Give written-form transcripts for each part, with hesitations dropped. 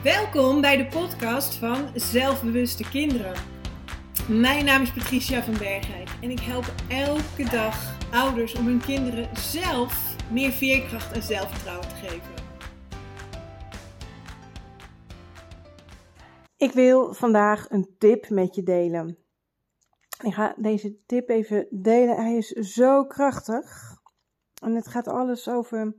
Welkom bij de podcast van Zelfbewuste Kinderen. Mijn naam is Patricia van Bergijk en ik help elke dag ouders om hun kinderen zelf meer veerkracht en zelfvertrouwen te geven. Ik wil vandaag een tip met je delen. Ik ga deze tip even delen. Hij is zo krachtig. En het gaat alles over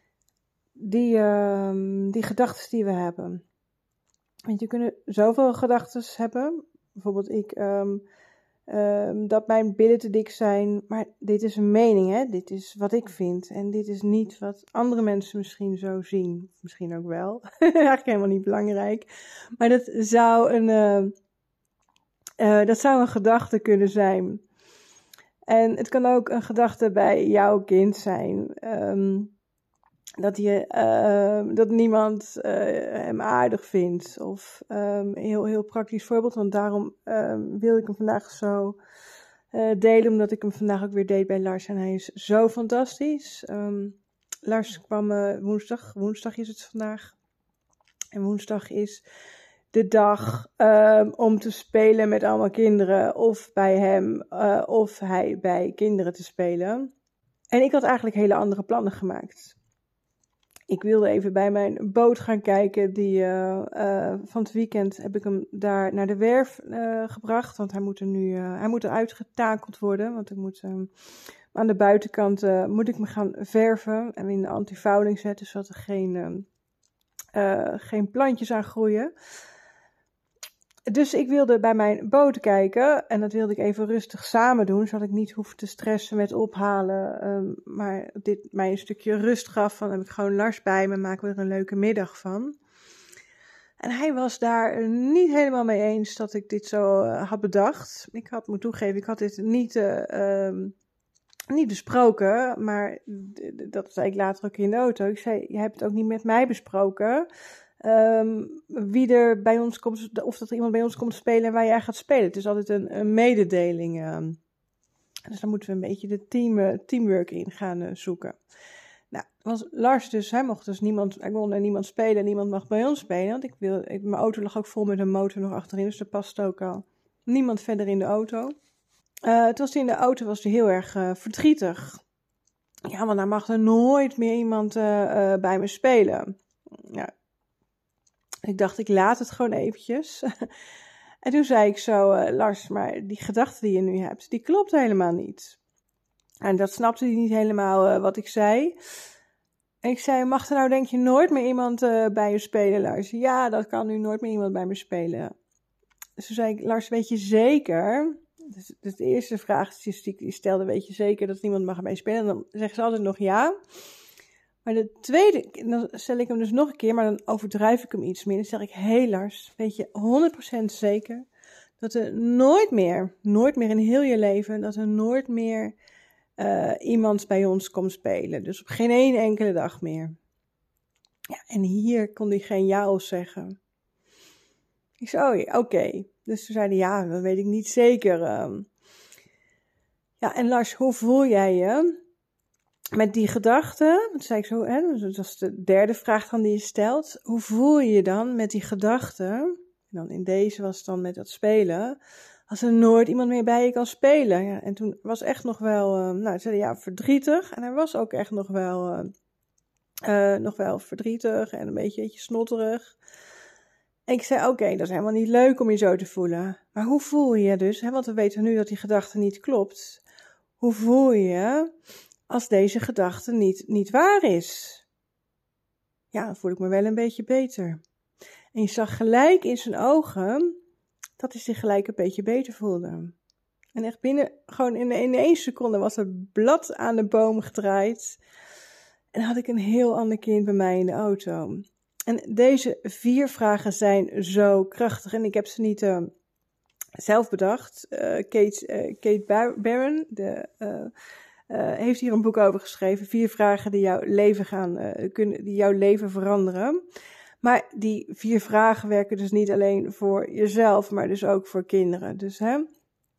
die gedachten die we hebben. Want je kunt zoveel gedachten hebben. Bijvoorbeeld dat mijn billen te dik zijn. Maar dit is een mening, hè. Dit is wat ik vind. En dit is niet wat andere mensen misschien zo zien. Misschien ook wel. Eigenlijk helemaal niet belangrijk. Maar dat zou een gedachte kunnen zijn. En het kan ook een gedachte bij jouw kind zijn. Dat niemand hem aardig vindt. Of heel praktisch voorbeeld. Want daarom wil ik hem vandaag zo delen. Omdat ik hem vandaag ook weer deed bij Lars. En hij is zo fantastisch. Lars kwam woensdag. Woensdag is het vandaag. En woensdag is de dag om te spelen met allemaal kinderen. Of bij hem. Of hij bij kinderen te spelen. En ik had eigenlijk hele andere plannen gemaakt. Ik wilde even bij mijn boot gaan kijken. Van het weekend heb ik hem daar naar de werf gebracht. Want hij moet eruit getakeld worden. Want ik moet aan de buitenkant moet ik me gaan verven. En in de antivouwing zetten. Zodat er geen plantjes aan groeien. Dus ik wilde bij mijn boot kijken. En dat wilde ik even rustig samen doen. Zodat ik niet hoef te stressen met ophalen. Maar dit mij een stukje rust gaf. Dan heb ik gewoon Lars bij me. Maken we er een leuke middag van. En hij was daar niet helemaal mee eens dat ik dit zo had bedacht. Ik moet toegeven, ik had dit niet besproken. Maar dat zei ik later ook in de auto. Ik zei, je hebt het ook niet met mij besproken. Wie er bij ons komt, of dat er iemand bij ons komt spelen en waar jij gaat spelen. Het is altijd een mededeling. Dus dan moeten we een beetje de teamwork in gaan zoeken. Nou, was Lars dus, hij kon er niemand spelen, niemand mag bij ons spelen. Want mijn auto lag ook vol met een motor nog achterin, dus dat past ook al. Niemand verder in de auto. Toen was hij in de auto heel erg verdrietig. Ja, want dan mag er nooit meer iemand bij me spelen. Ja. Ik dacht, ik laat het gewoon eventjes. En toen zei ik zo, Lars, maar die gedachte die je nu hebt, die klopt helemaal niet. En dat snapte hij niet helemaal wat ik zei. En ik zei, mag er nou denk je nooit meer iemand bij je spelen, Lars? Ja, dat kan nu nooit meer iemand bij me spelen. Dus toen zei ik, Lars, weet je zeker? Dus de eerste vraag die ik stelde, weet je zeker dat niemand mag bij je spelen? En dan zeggen ze altijd nog ja. Maar de tweede, dan stel ik hem dus nog een keer, maar dan overdrijf ik hem iets meer. Dan zeg ik, hé Lars, weet je 100% zeker dat er nooit meer in heel je leven, dat er nooit meer iemand bij ons komt spelen. Dus op geen één enkele dag meer. Ja, en hier kon hij geen ja of zeggen. Ik zei, oh oké. Dus toen zei hij, ja, dat weet ik niet zeker. Ja, en Lars, hoe voel jij je met die gedachte? Dat zei ik zo, hè, dat was de derde vraag dan die je stelt. Hoe voel je je dan met die gedachte? En dan in deze was het dan met dat spelen. Als er nooit iemand meer bij je kan spelen. Ja, en toen was echt nog wel, ik zei ja, verdrietig. En hij was ook echt nog wel verdrietig en een beetje snotterig. En ik zei, oké, dat is helemaal niet leuk om je zo te voelen. Maar hoe voel je je dus? Hè? Want we weten nu dat die gedachte niet klopt. Hoe voel je je als deze gedachte niet waar is? Ja, dan voel ik me wel een beetje beter. En je zag gelijk in zijn ogen dat hij zich gelijk een beetje beter voelde. En echt gewoon in 1 seconde was het blad aan de boom gedraaid. En had ik een heel ander kind bij mij in de auto. En deze 4 vragen zijn zo krachtig. En ik heb ze niet zelf bedacht. Kate Barron heeft hier een boek over geschreven. 4 vragen die jouw leven die jouw leven veranderen. Maar die 4 vragen werken dus niet alleen voor jezelf, maar dus ook voor kinderen. Dus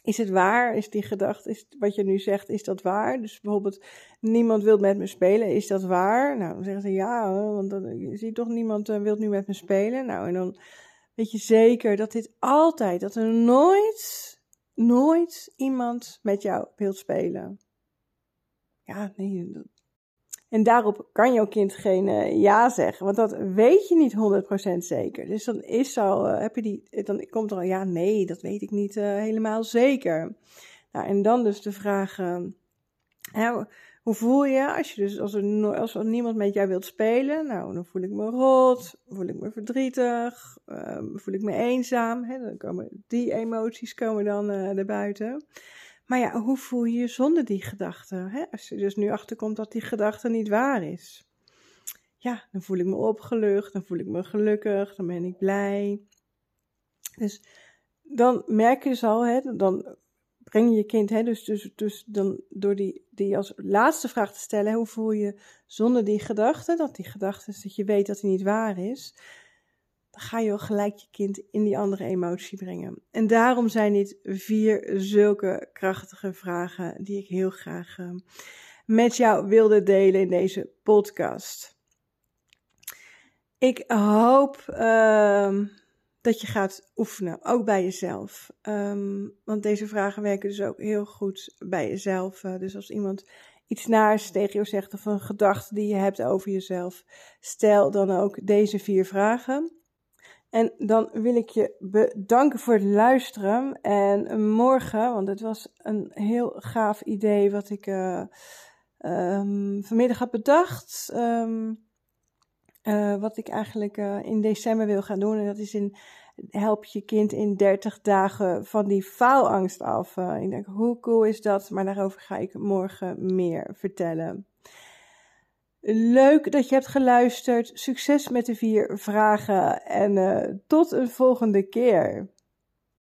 Is het waar? Is die gedachte, wat je nu zegt, is dat waar? Dus bijvoorbeeld, niemand wil met me spelen, is dat waar? Nou, dan zeggen ze ja, want je ziet toch niemand wil nu met me spelen. Nou, en dan weet je zeker dat dat er nooit iemand met jou wilt spelen. Ja, nee. En daarop kan jouw kind geen ja zeggen, want dat weet je niet 100% zeker. Dus dan dan komt er al, ja, nee, dat weet ik niet helemaal zeker. Nou, en dan dus de vraag, hoe voel je als er niemand met jou wilt spelen? Nou, dan voel ik me rot, voel ik me verdrietig, voel ik me eenzaam. Dan komen die emoties dan naar buiten. Maar ja, hoe voel je je zonder die gedachte? Als je dus nu achterkomt dat die gedachte niet waar is. Ja, dan voel ik me opgelucht, dan voel ik me gelukkig, dan ben ik blij. Dus dan merk je dus al, dan breng je je kind, dus dan door die als laatste vraag te stellen, hoe voel je zonder die gedachte, dat je weet dat die niet waar is, dan ga je al gelijk je kind in die andere emotie brengen. En daarom zijn dit 4 zulke krachtige vragen die ik heel graag met jou wilde delen in deze podcast. Ik hoop dat je gaat oefenen, ook bij jezelf. Want deze vragen werken dus ook heel goed bij jezelf. Dus als iemand iets naars tegen jou zegt of een gedachte die je hebt over jezelf, stel dan ook deze 4 vragen. En dan wil ik je bedanken voor het luisteren. En morgen, want het was een heel gaaf idee wat ik vanmiddag had bedacht. Wat ik eigenlijk in december wil gaan doen. En dat is help je kind in 30 dagen van die faalangst af. Ik denk, hoe cool is dat? Maar daarover ga ik morgen meer vertellen. Leuk dat je hebt geluisterd. Succes met de 4 vragen. En tot een volgende keer.